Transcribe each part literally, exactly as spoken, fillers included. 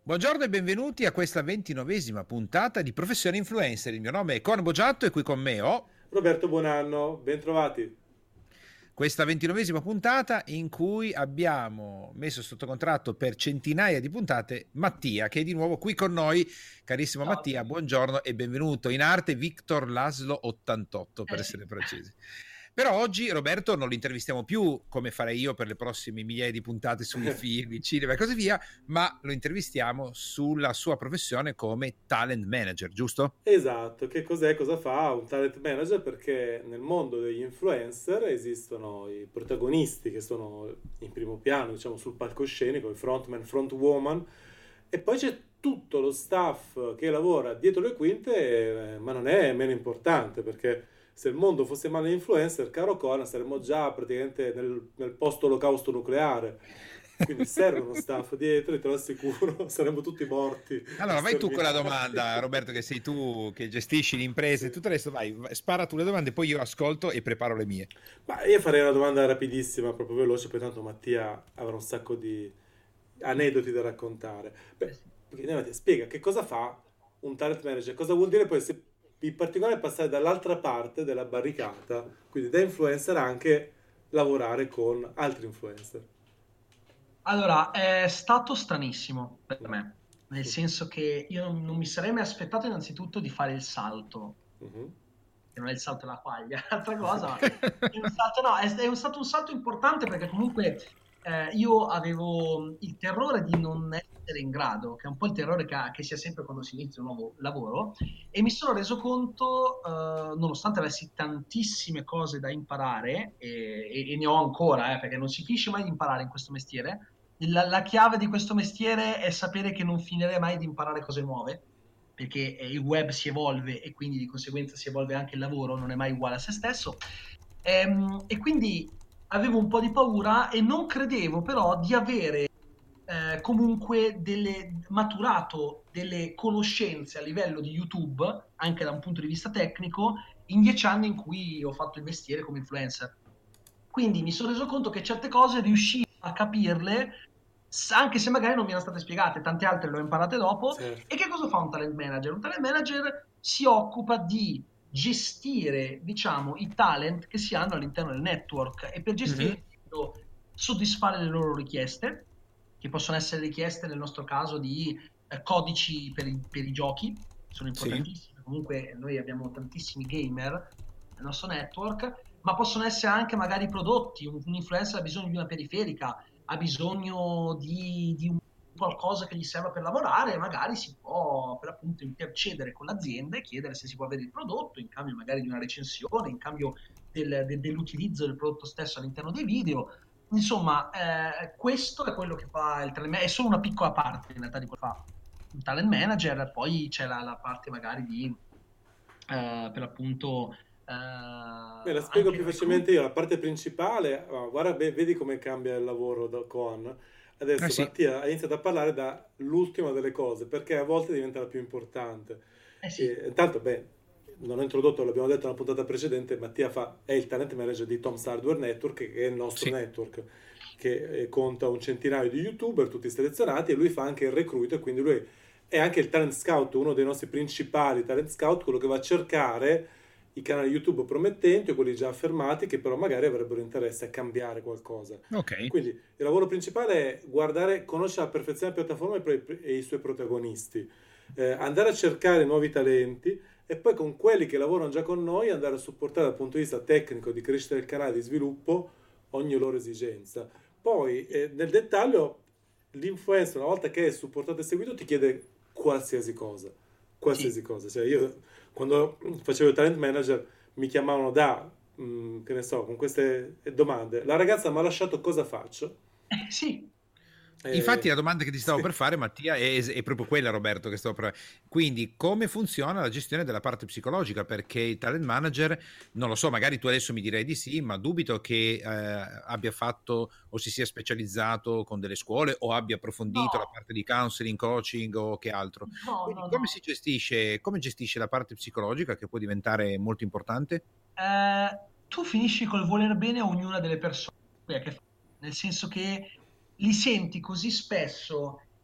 Buongiorno e benvenuti a questa ventinovesima puntata di Professione Influencer. Il mio nome è Con Boggiatto e qui con me ho Roberto Buonanno, bentrovati. questa ventinovesima puntata in cui abbiamo messo sotto contratto per centinaia di puntate Mattia, che è di nuovo qui con noi. Carissimo Ciao a Mattia, tutti. buongiorno e benvenuto. In arte Victor Laszlo ottantotto, per Eh sì. essere precisi. Però oggi Roberto non lo intervistiamo più come farei io per le prossime migliaia di puntate sui film, il cinema e così via, ma lo intervistiamo sulla sua professione come talent manager, giusto? Esatto, che cos'è, cosa fa un talent manager? Perché nel mondo degli influencer esistono i protagonisti che sono in primo piano, diciamo sul palcoscenico, il frontman, frontwoman, e poi c'è tutto lo staff che lavora dietro le quinte, eh, ma non è meno importante perché se il mondo fosse male influencer, caro Conan, saremmo già praticamente nel, nel post-olocausto nucleare. Quindi serve uno staff dietro, e te lo assicuro, saremmo tutti morti, Allora, vai tu con la sterminati. domanda, Roberto, che sei tu che gestisci l'impresa e Sì. tutto il resto, vai, spara tu le domande, poi io ascolto e preparo le mie. Ma io farei una domanda rapidissima, proprio veloce, poi tanto Mattia avrà un sacco di aneddoti da raccontare. Eh Beh, sì. perché Mattia, spiega che cosa fa un talent manager, cosa vuol dire poi se, in particolare passare dall'altra parte della barricata, quindi da influencer anche lavorare con altri influencer. Allora, è stato stranissimo per Mm. me, nel senso che io non, non mi sarei mai aspettato innanzitutto di fare il salto, Mhm. che non è il salto della quaglia, è un'altra cosa, ma è un salto, no, è, è un stato un salto importante perché comunque eh, io avevo il terrore di non essere in grado, che è un po' il terrore che, ha- che si ha sempre quando si inizia un nuovo lavoro, e mi sono reso conto, eh, nonostante avessi tantissime cose da imparare, e, e- e ne ho ancora, eh, perché non si finisce mai di imparare in questo mestiere, la, la chiave di questo mestiere è sapere che non finirei mai di imparare cose nuove, perché eh, il web si evolve e quindi di conseguenza si evolve anche il lavoro, non è mai uguale a se stesso. Ehm, e quindi avevo un po' di paura e non credevo però di avere eh, comunque delle, maturato delle conoscenze a livello di YouTube, anche da un punto di vista tecnico, in dieci anni in cui ho fatto il mestiere come influencer. Quindi mi sono reso conto che certe cose riuscivo a capirle, s- anche se magari non mi erano state spiegate, tante altre le ho imparate dopo. Certo. E che cosa fa un talent manager? Un talent manager si occupa di gestire, diciamo, i talent che si hanno all'interno del network e per Mhm. gestirli devo soddisfare le loro richieste, che possono essere richieste nel nostro caso di eh, codici per i, per i giochi, sono Sì. importantissimi. Comunque noi abbiamo tantissimi gamer nel nostro network, ma possono essere anche magari prodotti. Un, un influencer ha bisogno di una periferica, ha bisogno di, di un qualcosa che gli serva per lavorare, magari si può per appunto intercedere con l'azienda e chiedere se si può avere il prodotto in cambio magari di una recensione, in cambio del, de, dell'utilizzo del prodotto stesso all'interno dei video. Insomma, eh, questo è quello che fa il talent manager, è solo una piccola parte in realtà di quello che fa un talent manager, poi c'è la, la parte magari di, eh, per l'appunto, eh, Beh, la spiego anche più il facilmente recruiting. io. La parte principale, ah, guarda, ve- vedi come cambia il lavoro da Coan. Eh Adesso sì. Mattia ha iniziato a parlare dall'ultima delle cose, perché a volte diventa la più importante. Eh sì, E, intanto, beh, non ho introdotto, l'abbiamo detto nella puntata precedente, Mattia fa, è il talent manager di Tom's Hardware Network, che è il nostro Sì. network, che eh, conta un centinaio di YouTuber, tutti selezionati, e lui fa anche il recruiter, quindi lui è anche il talent scout, uno dei nostri principali talent scout, quello che va a cercare i canali YouTube promettenti o quelli già affermati che però magari avrebbero interesse a cambiare qualcosa. Ok. Quindi il lavoro principale è guardare, conoscere alla perfezione la piattaforma e pro- e i suoi protagonisti, eh, andare a cercare nuovi talenti e poi con quelli che lavorano già con noi andare a supportare dal punto di vista tecnico di crescita del canale, di sviluppo, ogni loro esigenza. Poi eh, nel dettaglio l'influencer una volta che è supportato e seguito ti chiede qualsiasi cosa, sì. qualsiasi cosa. Cioè io quando facevo il talent manager mi chiamavano da, mh, che ne so, con queste domande. La ragazza mi ha lasciato, cosa faccio? Eh, sì. Infatti Eh, la domanda che ti stavo sì. per fare, Mattia, è, è proprio quella, Roberto, che stavo per... Quindi, come funziona la gestione della parte psicologica? Perché il talent manager, non lo so, magari tu adesso mi direi di sì, ma dubito che eh, abbia fatto o si sia specializzato con delle scuole o abbia approfondito la No, parte di counseling, coaching o che altro. no, Quindi, no, come si no. gestisce, come gestisce la parte psicologica che può diventare molto importante? Eh, tu finisci col voler bene a ognuna delle persone che fai, nel senso che li senti così spesso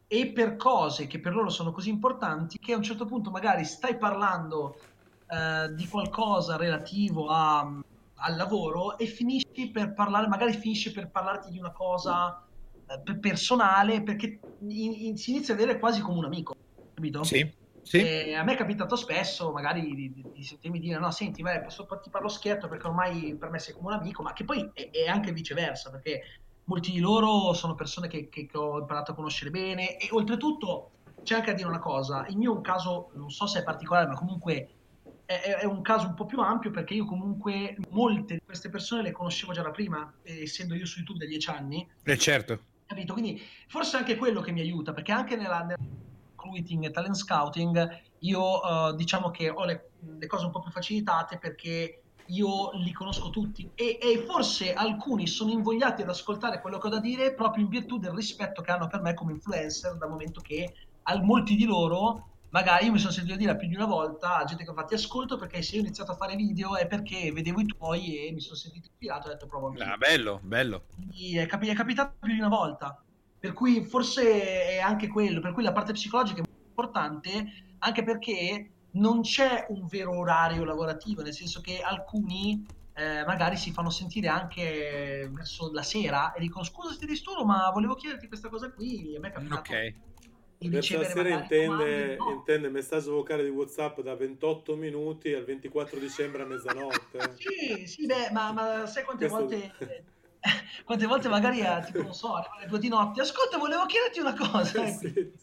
e per cose che per loro sono così importanti che a un certo punto magari stai parlando eh, di qualcosa relativo a, al lavoro e finisci per parlare, magari finisci per parlarti di una cosa eh, personale perché in, in, si inizia a vedere quasi come un amico, capito? Sì, sì. E a me è capitato spesso magari di, di, di sentirmi dire no senti vai, posso, ti parlo scherzo perché ormai per me sei come un amico, ma che poi è, è anche viceversa perché molti di loro sono persone che, che, che ho imparato a conoscere bene e oltretutto c'è anche a dire una cosa, il mio è un caso non so se è particolare ma comunque è, è un caso un po' più ampio perché io comunque molte di queste persone le conoscevo già da prima, essendo io su YouTube da dieci anni, Eh certo. capito? Quindi forse anche quello che mi aiuta, perché anche nella, nella recruiting e talent scouting io uh, diciamo che ho le, le cose un po' più facilitate perché io li conosco tutti e, e forse alcuni sono invogliati ad ascoltare quello che ho da dire proprio in virtù del rispetto che hanno per me come influencer, dal momento che a molti di loro magari io mi sono sentito dire più di una volta a gente che infatti ascolto perché se io ho iniziato a fare video è perché vedevo i tuoi e mi sono sentito ispirato e ho detto provo anche Ah, io. bello, bello. Quindi è, capi- è capitato più di una volta, per cui forse è anche quello, per cui la parte psicologica è molto importante anche perché non c'è un vero orario lavorativo, nel senso che alcuni eh, magari si fanno sentire anche verso la sera e dicono scusa se ti disturbo ma volevo chiederti questa cosa qui, a me è capitato Ok. di Verso la ricevere sera magari domande, intende, no. intende messaggio vocale di WhatsApp da ventotto minuti al ventiquattro dicembre a mezzanotte. Sì, sì, beh, ma, ma sai quante Questo... volte, quante volte magari, eh, tipo, non so, arrivano le due di notte, ascolta, volevo chiederti una cosa, e sì. quindi,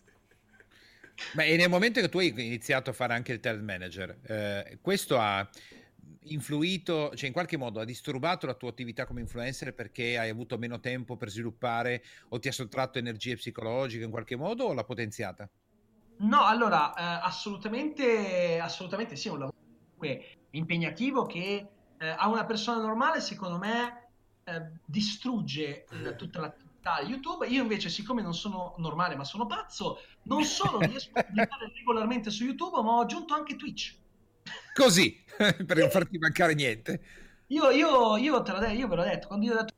Ma e nel momento che tu hai iniziato a fare anche il talent manager, eh, questo ha influito, cioè in qualche modo ha disturbato la tua attività come influencer perché hai avuto meno tempo per sviluppare o ti ha sottratto energie psicologiche in qualche modo o l'ha potenziata? no, allora, eh, assolutamente, assolutamente sì, è un lavoro comunque impegnativo che eh, a una persona normale, secondo me, eh, distrugge la- tutta l'attività di YouTube. Io invece, siccome non sono normale, ma sono pazzo, non solo riesco a pubblicare regolarmente su YouTube, ma ho aggiunto anche Twitch. Così, per non farti mancare niente. Io, io, io te l'ho detto, io ve l'ho detto, quando io ho detto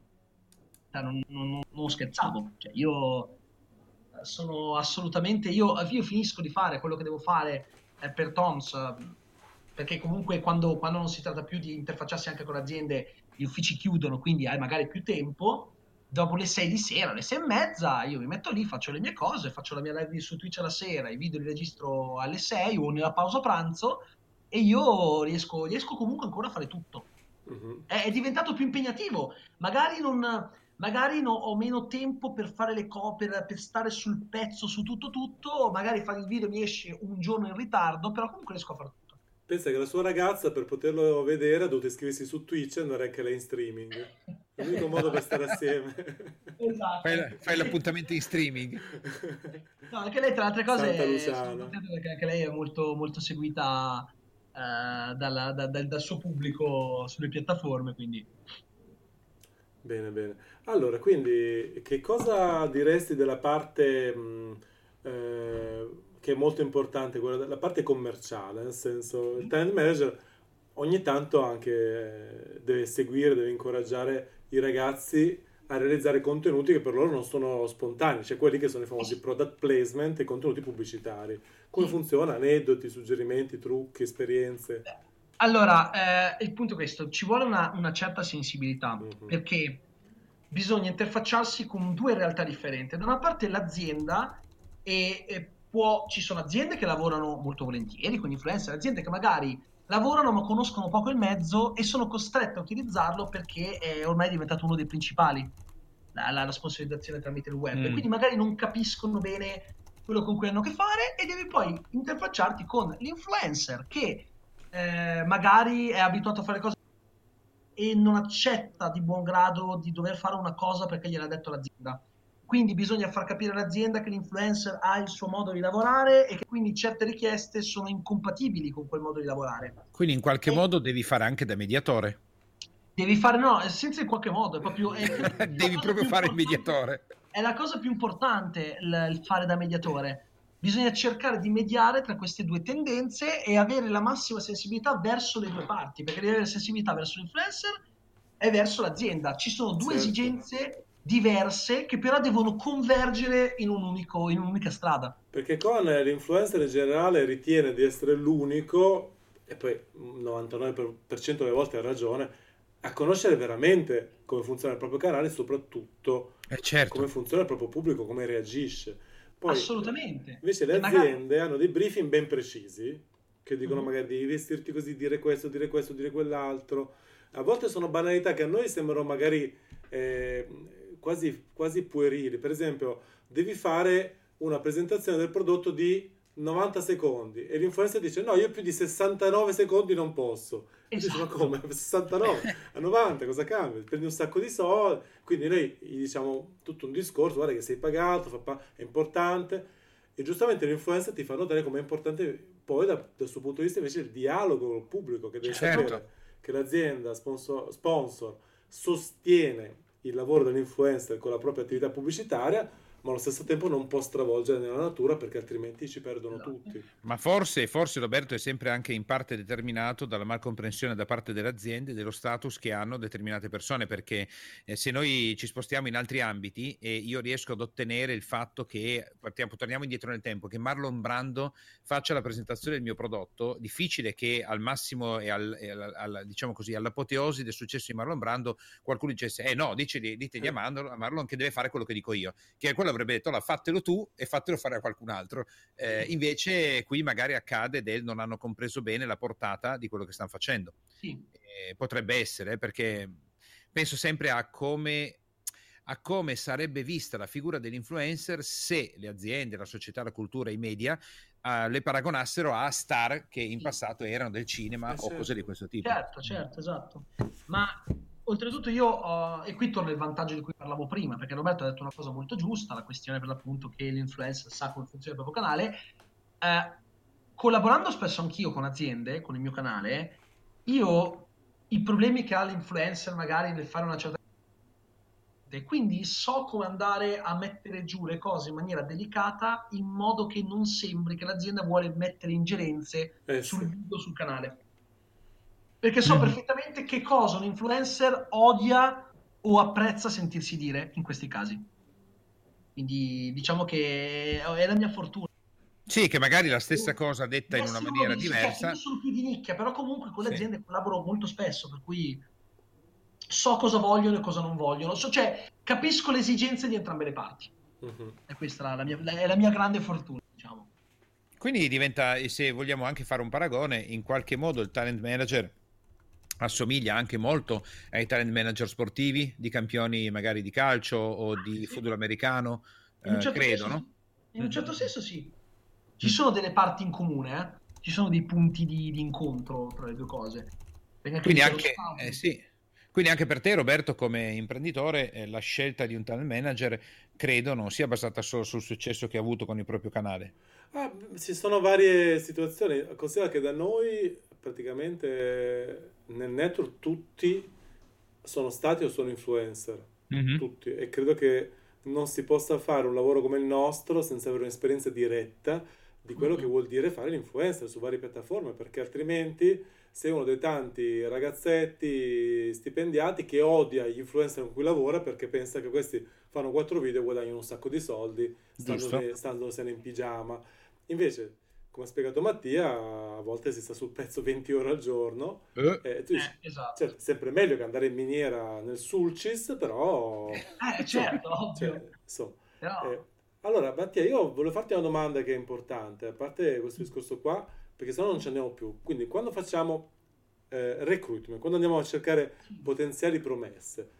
non, non- non scherzavo, cioè io eh, sono assolutamente, io, io finisco di fare quello che devo fare eh, per Toms, eh, perché comunque quando, quando non si tratta più di interfacciarsi anche con aziende, gli uffici chiudono, quindi hai magari più tempo, dopo le sei di sera, alle sei e mezza, io mi metto lì, faccio le mie cose, faccio la mia live su Twitch alla sera, i video li registro alle sei o nella pausa pranzo e io riesco, riesco comunque ancora a fare tutto. Mhm. È, è diventato più impegnativo, magari non magari no, ho meno tempo per fare le copie, per, per stare sul pezzo su tutto tutto, magari fare il video mi esce un giorno in ritardo, però comunque riesco a fare tutto. Pensa che la sua ragazza per poterlo vedere ha dovuto iscriversi su Twitch e andare anche lei in streaming. È l'unico modo per stare assieme. Esatto. Fai, fai l'appuntamento in streaming. No, anche lei tra le altre Santa cose sono Luciana. contento perché anche lei è molto, molto seguita eh, dalla- da- dal, dal suo pubblico sulle piattaforme, quindi Bene, bene. Allora, quindi che cosa diresti della parte mh, eh, che è molto importante, quella della parte commerciale, nel senso il talent manager ogni tanto anche eh, deve seguire, deve incoraggiare i ragazzi a realizzare contenuti che per loro non sono spontanei, cioè quelli che sono i famosi product placement e contenuti pubblicitari. Come sì. funziona? Aneddoti, suggerimenti, trucchi, esperienze? Allora, eh, il punto è questo, ci vuole una, una certa sensibilità, Mhm. perché bisogna interfacciarsi con due realtà differenti. Da una parte l'azienda, e, e può, ci sono aziende che lavorano molto volentieri con influencer, aziende che magari lavorano ma conoscono poco il mezzo e sono costrette a utilizzarlo perché è ormai diventato uno dei principali, la, la, la sponsorizzazione tramite il web, e Mm. quindi magari non capiscono bene quello con cui hanno a che fare e devi poi interfacciarti con l'influencer che eh, magari è abituato a fare cose e non accetta di buon grado di dover fare una cosa perché gliel'ha detto l'azienda. Quindi bisogna far capire all'azienda che l'influencer ha il suo modo di lavorare e che quindi certe richieste sono incompatibili con quel modo di lavorare. Quindi in qualche E modo devi fare anche da mediatore. devi fare, no, senza in qualche modo, è proprio, è, credo che sia la Devi cosa proprio più fare il importante, mediatore. è la cosa più importante il, il fare da mediatore. Bisogna cercare di mediare tra queste due tendenze e avere la massima sensibilità verso le due parti, perché devi avere sensibilità verso l'influencer e verso l'azienda. Ci sono due Certo. esigenze diverse che però devono convergere in un unico, in un'unica strada. Perché con l'influencer in generale ritiene di essere l'unico, e poi il novantanove per cento delle volte ha ragione, a conoscere veramente come funziona il proprio canale e soprattutto Eh come certo, funziona il proprio pubblico, come reagisce. Poi Assolutamente. invece le E magari... aziende hanno dei briefing ben precisi che dicono Mhm. magari devi vestirti così, dire questo, dire questo, dire quell'altro. A volte sono banalità che a noi sembrano magari eh, quasi, quasi puerili. Per esempio, devi fare una presentazione del prodotto di novanta secondi e l'influencer dice no, io più di sessantanove secondi non posso. E tu dici ma come? Esatto. sessantanove a novanta cosa cambia? Prendi un sacco di soldi. Quindi noi gli diciamo tutto un discorso, guarda che sei pagato, fa pa- è importante. E giustamente l'influencer ti fa notare com'è importante poi da- dal suo punto di vista invece il dialogo col pubblico, che deve certo. sapere che l'azienda sponsor, sponsor sostiene il lavoro dell'influencer con la propria attività pubblicitaria, ma allo stesso tempo non può stravolgere nella natura perché altrimenti ci perdono Esatto. tutti. Ma forse, forse Roberto è sempre anche in parte determinato dalla malcomprensione da parte delle aziende dello status che hanno determinate persone, perché eh, se noi ci spostiamo in altri ambiti e io riesco ad ottenere il fatto che, partiamo, torniamo indietro nel tempo, che Marlon Brando faccia la presentazione del mio prodotto, difficile che al massimo e, al, e al, al, diciamo così, all'apoteosi del successo di Marlon Brando qualcuno dicesse, eh no, dice, ditegli a Marlon, a Marlon che deve fare quello che dico io, che quello avrebbe detto, allora fatelo tu e fatelo fare a qualcun altro. Eh, invece qui magari accade del non hanno compreso bene la portata di quello che stanno facendo. Sì. Eh, potrebbe essere, perché penso sempre a come, a come sarebbe vista la figura dell'influencer se le aziende, la società, la cultura, i media uh, le paragonassero a star che in Sì. passato erano del cinema Eh, o cose certo. di questo tipo. Certo, certo, esatto. Ma oltretutto io, ho- e qui torna il vantaggio di cui parlavo prima, perché Roberto ha detto una cosa molto giusta, la questione per l'appunto che l'influencer sa come funziona il proprio canale. Eh, collaborando spesso anch'io con aziende, con il mio canale, io i problemi che ha l'influencer magari nel fare una certa... E quindi so come andare a mettere giù le cose in maniera delicata in modo che non sembri che l'azienda vuole mettere ingerenze Eh sul sì. video, sul canale. Perché so Mhm. perfettamente che cosa un influencer odia o apprezza sentirsi dire in questi casi. Quindi diciamo che è la mia fortuna. Sì, che magari la stessa Io- cosa detta di in una essere uno maniera dei sì, certo, io diversa. sono più di nicchia, però comunque con le Sì. aziende collaboro molto spesso, per cui so cosa vogliono e cosa non vogliono. So, cioè, capisco le esigenze di entrambe le parti. Mhm. E questa è la, la mia, la- è la mia grande fortuna, diciamo. Quindi diventa, se vogliamo anche fare un paragone, in qualche modo il talent manager assomiglia anche molto ai talent manager sportivi di campioni magari di calcio o Ah, sì, di sì. football americano, In un eh, certo credo, senso no? sì. In un certo Mhm. senso sì. Ci Mm. sono delle parti in comune, eh? Ci sono dei punti di, di incontro tra le due cose. Perché anche lì Quindi c'è lo anche, eh, scouting. sì. Quindi anche per te, Roberto, come imprenditore, eh, la scelta di un talent manager credo non sia basata solo sul successo che ha avuto con il proprio canale. Ah, ci sono varie situazioni. Considera che da noi praticamente nel network tutti sono stati o sono influencer. Mhm. Tutti. E credo che non si possa fare un lavoro come il nostro senza avere un'esperienza diretta di quello che Mhm. vuol dire fare l'influencer su varie piattaforme, perché altrimenti sei uno dei tanti ragazzetti stipendiati che odia gli influencer con cui lavora perché pensa che questi fanno quattro video e guadagnano un sacco di soldi Giusto? standosene, standosene in pigiama. Invece, come ha spiegato Mattia, a volte si sta sul pezzo venti ore al giorno Eh, e tu dici, Eh, esatto. certo, è sempre meglio che andare in miniera nel Sulcis, però, Eh, insomma, certo, cioè, ovvio. insomma, Però... eh, allora, Mattia, io volevo farti una domanda che è importante, a parte questo discorso qua, perché sennò non ci andiamo più. Quindi, quando facciamo eh, recruitment, quando andiamo a cercare potenziali promesse,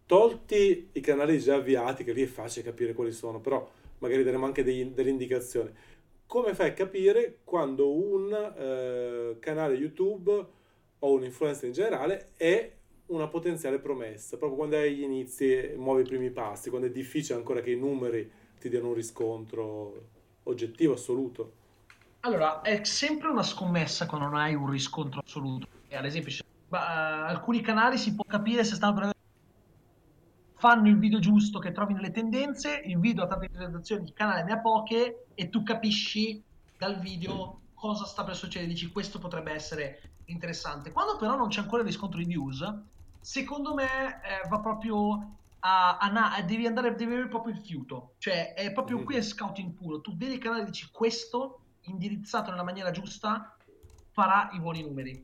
tolti i canali già avviati, che lì è facile capire quali sono, però magari daremo anche dei- delle indicazioni. Come fai a capire quando un eh, canale YouTube o un influencer in generale è una potenziale promessa? Proprio quando hai gli inizi e muovi i primi passi, quando è difficile ancora che i numeri ti diano un riscontro oggettivo, assoluto. Allora, è sempre una scommessa quando non hai un riscontro assoluto. E ad esempio, ci- ma, eh, alcuni canali si può capire se stanno prendendo, fanno il video giusto che trovi nelle tendenze, il video ha tante visualizzazioni, il canale ne ha poche e tu capisci dal video cosa sta per succedere, dici questo potrebbe essere interessante. Quando però non c'è ancora il riscontro di views, secondo me eh, va proprio a, a na- devi andare, devi avere proprio il fiuto, cioè è proprio qui è scouting puro, tu vedi il canale e dici questo indirizzato nella maniera giusta farà i buoni numeri.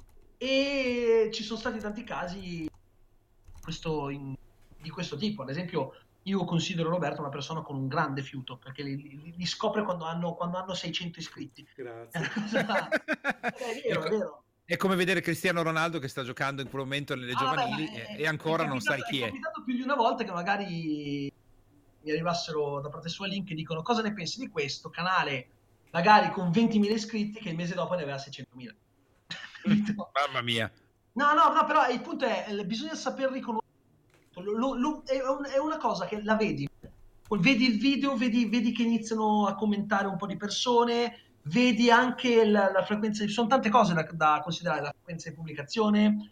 E ci sono stati tanti casi questo in- di questo tipo, ad esempio io considero Roberto una persona con un grande fiuto, perché li, li- li scopre quando hanno, quando hanno seicento iscritti. È una Grazie. cosa... È vero, è Ecco, vero. è come vedere Cristiano Ronaldo che sta giocando in quel momento nelle Ah, vabbè, ma giovanili e, è, e è ancora non sai capitato, è chi è. capitato più di una volta che magari mi arrivassero da parte sua link e dicono cosa ne pensi di questo canale, magari con ventimila iscritti, che il mese dopo ne aveva seicentomila. Capito? Mamma mia. No, no, no, però il punto è, eh, bisogna saper riconoscere. Lo- lo- lo- è, un- è una cosa che la vedi. Poi vedi il video, vedi, vedi che iniziano a commentare un po' di persone, vedi anche la, la frequenza, ci sono tante cose da, da considerare, la frequenza di pubblicazione,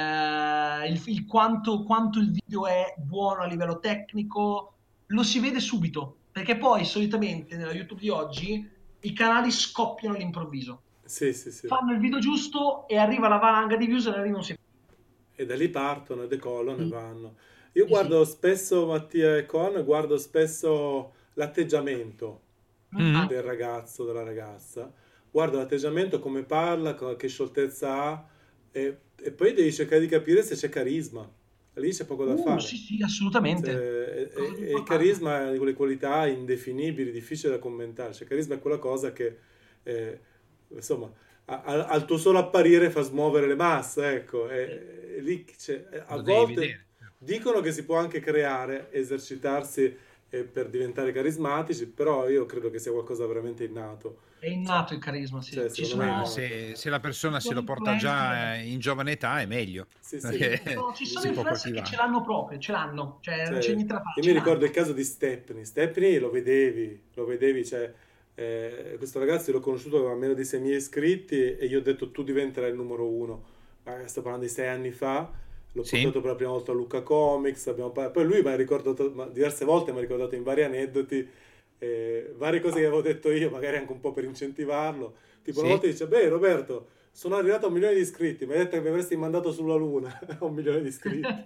eh, il, il quanto, quanto il video è buono a livello tecnico, lo si vede subito, perché poi solitamente nella YouTube di oggi i canali scoppiano all'improvviso, Sì, sì, sì. fanno il video giusto e arriva la valanga di views e lì non si E da lì partono, decollano e sì, vanno. Io sì, sì. guardo spesso Mattia e Con, guardo spesso l'atteggiamento Mm, Mhm. del anche. ragazzo, della ragazza. Guardo l'atteggiamento, come parla, co- che scioltezza ha e, e poi devi cercare di capire se c'è carisma. Lì c'è poco da Uh, fare. sì, sì, assolutamente. Cioè, Cosa più e, e il importante. carisma è una di quelle qualità indefinibili, difficili da commentare. Cioè, il carisma è quella cosa che, eh, insomma, a- a- al tuo solo apparire fa smuovere le masse, ecco. Sì. E, e lì c'è- a Lo devi volte vedere. dicono che si può anche creare, esercitarsi eh, per diventare carismatici, però io credo che sia qualcosa veramente innato. È Cioè, innato il carisma, cioè, sì. Ci secondo me è Ma sono, innato. se, se la ci persona se sono lo porta già influencer, eh, in giovane età è meglio, Sì, sì. sì, ci perché sono, ci sono si può influencer che ce coltivare. l'hanno proprio, ce l'hanno, cioè non c'è Cioè, niente da fare, io mi ce ricordo il l'hanno. caso di Stepney. Stepney lo vedevi, lo vedevi, cioè, eh, questo ragazzo l'ho conosciuto, aveva meno di seimila iscritti e io ho detto tu diventerai il numero uno. Eh, sto parlando di sei anni fa, l'ho Sì? portato per la prima volta a Luca Comics, abbiamo par- poi lui mi ha ricordato, ma diverse volte mi ha ricordato in vari aneddoti, eh, varie cose che avevo detto io, magari anche un po' per incentivarlo. Tipo una Sì? volta dice, beh Roberto, sono arrivato a un milione di iscritti, mi hai detto che mi avresti mandato sulla Luna a un milione di iscritti.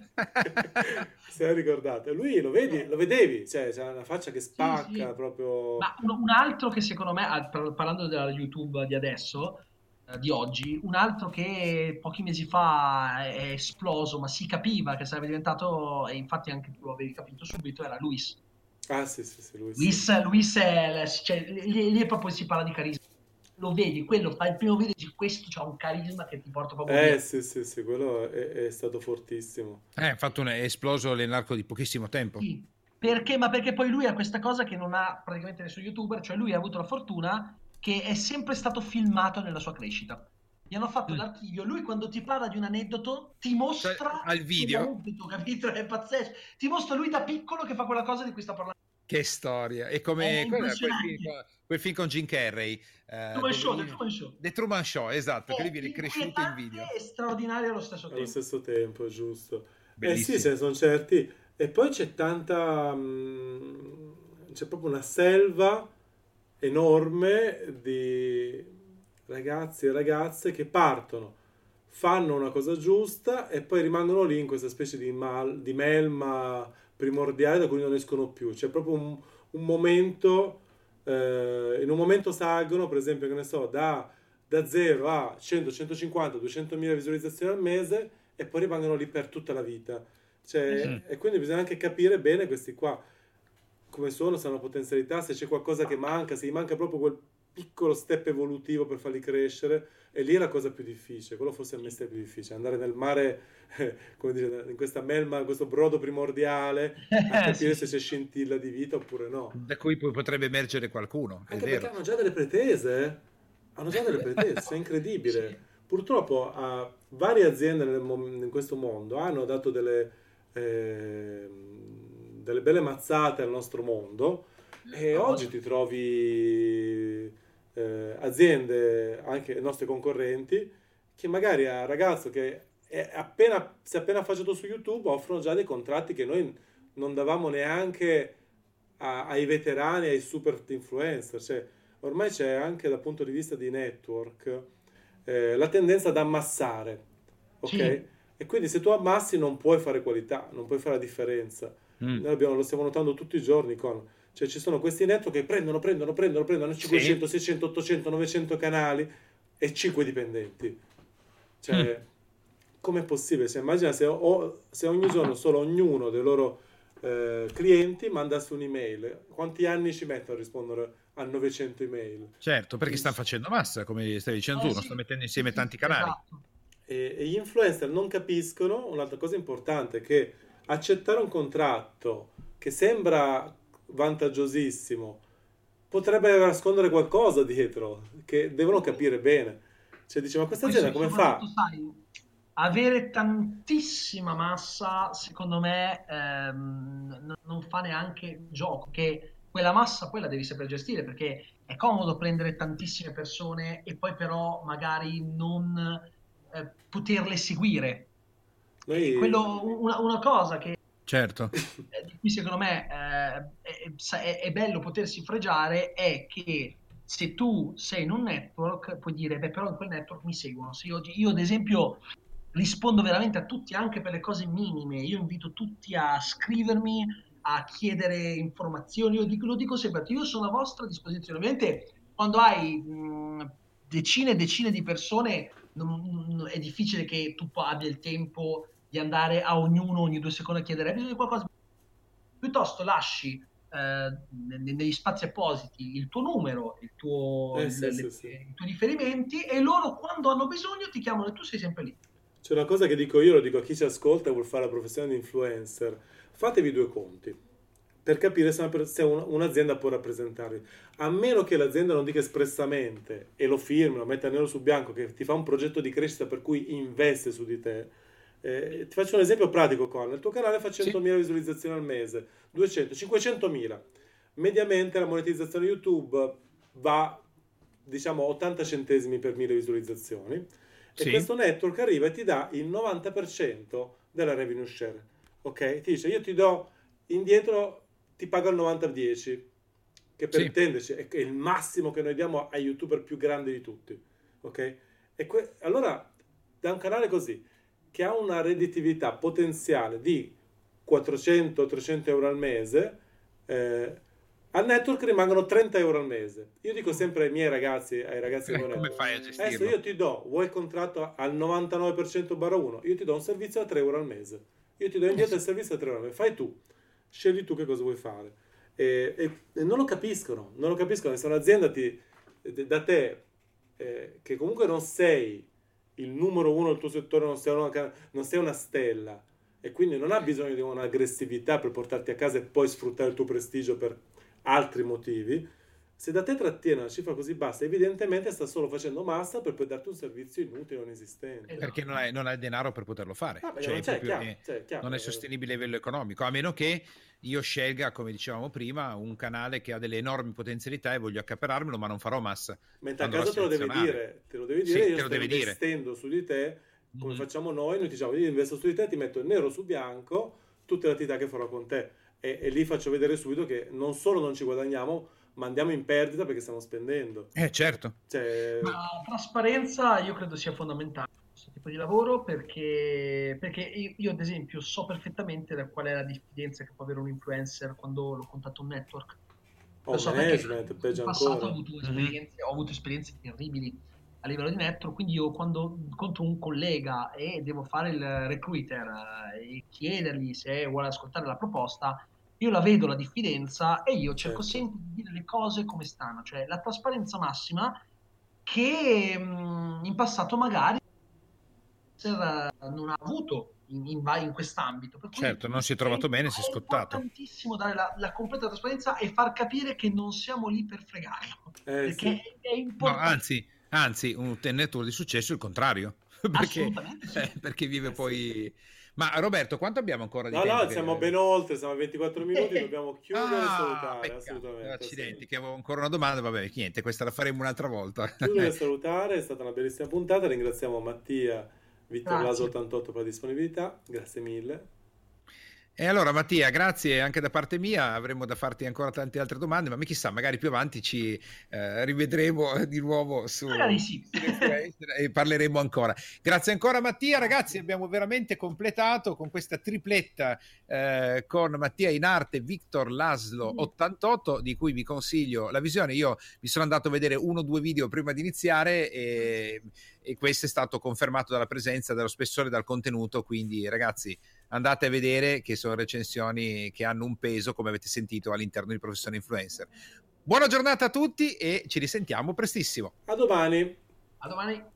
Se non ricordate, lui lo vedi, Eh, lo vedevi, cioè c'ha una faccia che sì, spacca sì. proprio. Ma un, un altro che secondo me, ah, par- parlando della YouTube di adesso, eh, di oggi, un altro che pochi mesi fa è esploso, ma si capiva che sarebbe diventato, e infatti anche tu lo avevi capito subito, era Luis. Ah sì, sì, sì, lui sì. Luis, Luis è, cioè, lì, lì proprio si parla di carisma. Lo vedi, quello fa il primo video e dici questo c'ha un carisma che ti porta proprio Eh via. sì, sì, sì, quello è, è stato fortissimo. Eh, ha fatto un, è esploso nell'arco di pochissimo tempo. Sì, perché? Ma perché poi lui ha questa cosa che non ha praticamente nessun youtuber, cioè lui ha avuto la fortuna che è sempre stato filmato nella sua crescita. Gli hanno fatto Mm. l'archivio, lui quando ti parla di un aneddoto ti Cioè, mostra al video? quell'aneddoto, capito? È pazzesco. Ti mostra lui da piccolo che fa quella cosa di cui sta parlando. Che storia! E È come qual era quel film, impressionante. con- quel film con Jim Carrey, eh, Truman dove Show, The lui... Truman Show. The Truman Show, esatto, che lui È viene cresciuto in inquietante video. e straordinario allo stesso Allo tempo. stesso tempo, giusto. Eh sì, ce Bellissimo. ne sono certi. E poi c'è tanta... mm, c'è proprio una selva enorme di ragazzi e ragazze che partono, fanno una cosa giusta e poi rimangono lì in questa specie di, mal- di melma primordiale da cui non escono più. C'è proprio un, un momento, eh, in un momento salgono, per esempio, che ne so, da, da zero a cento, centocinquanta, duecentomila visualizzazioni al mese e poi rimangono lì per tutta la vita. Sì, Cioè, sì. Mm. e quindi bisogna anche capire bene questi qua come sono, se hanno potenzialità, se c'è qualcosa che manca, se gli manca proprio quel piccolo step evolutivo per farli crescere, e lì è la cosa più difficile, quello forse è il mestiere più difficile, andare nel mare, eh, come dire, in questa melma, in questo brodo primordiale, a Sì, capire se sì. c'è scintilla di vita oppure no. Da cui poi potrebbe emergere qualcuno, è Anche perché vero. hanno già delle pretese, eh. Hanno già delle pretese, è Sì. incredibile. Purtroppo a varie aziende nel mo- in questo mondo hanno dato delle, ehm, delle belle mazzate al nostro mondo e Ha oggi voglia. ti trovi eh, aziende, anche nostre concorrenti, che magari a ragazzo che è appena, si è appena affacciato su YouTube offrono già dei contratti che noi non davamo neanche a- ai veterani, ai super influencer. Cioè, ormai c'è anche dal punto di vista di network eh, la tendenza ad ammassare, ok? Sì, E quindi se tu ammassi non puoi fare qualità, non puoi fare la differenza. Mm. Noi abbiamo, lo stiamo notando tutti i giorni con... Cioè ci sono questi network che prendono, prendono, prendono, prendono cinquecento, Sì. seicento, ottocento, novecento canali e cinque dipendenti. Mm. Cioè, com'è possibile? Cioè, immagina se, o- se ogni giorno solo ognuno dei loro eh, clienti mandasse un'email. Quanti anni ci mettono a rispondere a novecento email? Certo, perché stanno facendo massa, come stavi dicendo Eh tu, non sì, stanno mettendo sì, insieme sì, tanti canali. esatto. E, e gli influencer non capiscono un'altra cosa importante, che accettare un contratto che sembra vantaggiosissimo potrebbe nascondere qualcosa dietro, che devono capire bene. Cioè dice, ma questa Poi azienda so- come soprattutto, fa? sai, avere tantissima massa, secondo me, ehm, n- non fa neanche gioco, che quella massa poi la devi saper gestire, perché è comodo prendere tantissime persone e poi però magari non eh, poterle seguire. E Noi... quello, una, una cosa che Certo, eh, di cui secondo me eh, è, è- è bello potersi fregiare è che se tu sei in un network puoi dire, beh, però in quel network mi seguono. Se io, io, ad esempio rispondo veramente a tutti anche per le cose minime, io invito tutti a scrivermi, a chiedere informazioni, io dico, lo dico sempre, io sono a vostra disposizione. Ovviamente quando hai mh, decine e decine di persone non- non- è difficile che tu abbia il tempo di andare a ognuno ogni due secondi a chiedere: hai bisogno di qualcosa? Piuttosto lasci eh, negli spazi appositi il tuo numero, il tuo, Eh il- sì, le- sì, sì. i tuoi riferimenti e loro quando hanno bisogno ti chiamano e tu sei sempre lì. C'è una cosa che dico io, lo dico a chi ci ascolta e vuol fare la professione di influencer. Fatevi due conti per capire se, una per- se un- un'azienda può rappresentarvi. A meno che l'azienda non dica espressamente e lo firmi, lo metta nero su bianco, che ti fa un progetto di crescita per cui investe su di te. Eh, ti faccio un esempio pratico con il tuo canale fa sì, centomila visualizzazioni al mese, duecento, cinquecentomila. Mediamente la monetizzazione YouTube va, diciamo, ottanta centesimi per mille visualizzazioni e sì, questo network arriva e ti dà il novanta per cento della revenue share. Ok? Ti dice, io ti do indietro, ti pago il novanta dieci, che per sì. intenderci è è il massimo che noi diamo ai youtuber più grandi di tutti. Ok? E que- allora, da un canale così, che ha una redditività potenziale di quattrocento trecento euro al mese, eh, al network rimangono trenta euro al mese. Io dico sempre ai miei ragazzi, ai ragazzi del Eh, mio come network, fai a adesso gestirlo? io ti do, vuoi il contratto al novantanove per cento barra uno, io ti do un servizio a tre euro al mese. Io ti do Eh indietro sì. il servizio a tre euro al mese. Fai tu, scegli tu che cosa vuoi fare. E, e- e non lo capiscono, non lo capiscono. Se un'azienda ti, da te, eh, che comunque non sei il numero uno del tuo settore, non sei una, non sei una stella, e quindi non ha bisogno di un'aggressività per portarti a casa e poi sfruttare il tuo prestigio per altri motivi. Se da te trattiene una cifra così bassa, evidentemente sta solo facendo massa per poi darti un servizio inutile o inesistente. Perché non Esatto. hai, non hai il denaro per poterlo fare, Ah, perché cioè non è c'è, proprio, chiaro, eh, c'è, chiaro. non è eh, sostenibile a livello economico, a meno che io scelga, come dicevamo prima, un canale che ha delle enormi potenzialità e voglio accapararmelo, ma non farò massa, Mentre a andrò a casa te lo deve selezionare. dire, te lo devi dire, Sì, io te lo sto deve dire. investendo su di te, come Mhm. facciamo noi, noi diciamo, io investo su di te, ti metto nero su bianco tutte le attività che farò con te. E, e lì faccio vedere subito che non solo non ci guadagniamo, ma andiamo in perdita perché stiamo spendendo. Eh, certo. Cioè, Ma la trasparenza io credo sia fondamentale in questo tipo di lavoro perché, perché io, io, ad esempio so perfettamente da qual è la diffidenza che può avere un influencer quando lo contatta un network. ho Lo so perché management, in peggio passato ho ancora. avuto Mhm. esperienze, ho avuto esperienze terribili a livello di network, quindi io quando incontro un collega e devo fare il recruiter eh, e chiedergli se vuole ascoltare la proposta, io la vedo la diffidenza e io cerco Certo. sempre di dire le cose come stanno, cioè la trasparenza massima che mh, in passato magari eh, non ha avuto in, in, in quest'ambito. Per cui Certo, non si è è, trovato bene, si è è scottato. importantissimo dare la, la completa trasparenza e far capire che non siamo lì per fregarlo, Eh perché sì. è No, importante. anzi, anzi, un network di successo è il contrario, perché, Assolutamente sì. eh, perché vive Eh sì. poi... Ma Roberto, quanto abbiamo ancora di No, no, tempo? siamo Che... ben oltre, siamo a ventiquattro minuti, dobbiamo chiudere e Ah, salutare, peccato, assolutamente, accidenti, assolutamente. che avevo ancora una domanda, vabbè, niente, questa la faremo un'altra volta. Chiudere e salutare, è stata una bellissima puntata, ringraziamo Mattia, Vittor Laso Grazie. ottantotto per la disponibilità, grazie mille. E allora Mattia, grazie anche da parte mia, avremo da farti ancora tante altre domande, ma chissà, magari più avanti ci eh, rivedremo di nuovo su, magari sì. e parleremo ancora. Grazie ancora Mattia, ragazzi, abbiamo veramente completato con questa tripletta eh, con Mattia in arte, Victor Laszlo ottantotto, di cui vi consiglio la visione. Io mi sono andato a vedere uno o due video prima di iniziare e, e questo è stato confermato dalla presenza, dallo spessore, dal contenuto, quindi ragazzi andate a vedere, che sono recensioni che hanno un peso, come avete sentito, all'interno di Professione Influencer. Buona giornata a tutti e ci risentiamo prestissimo. A domani. A domani.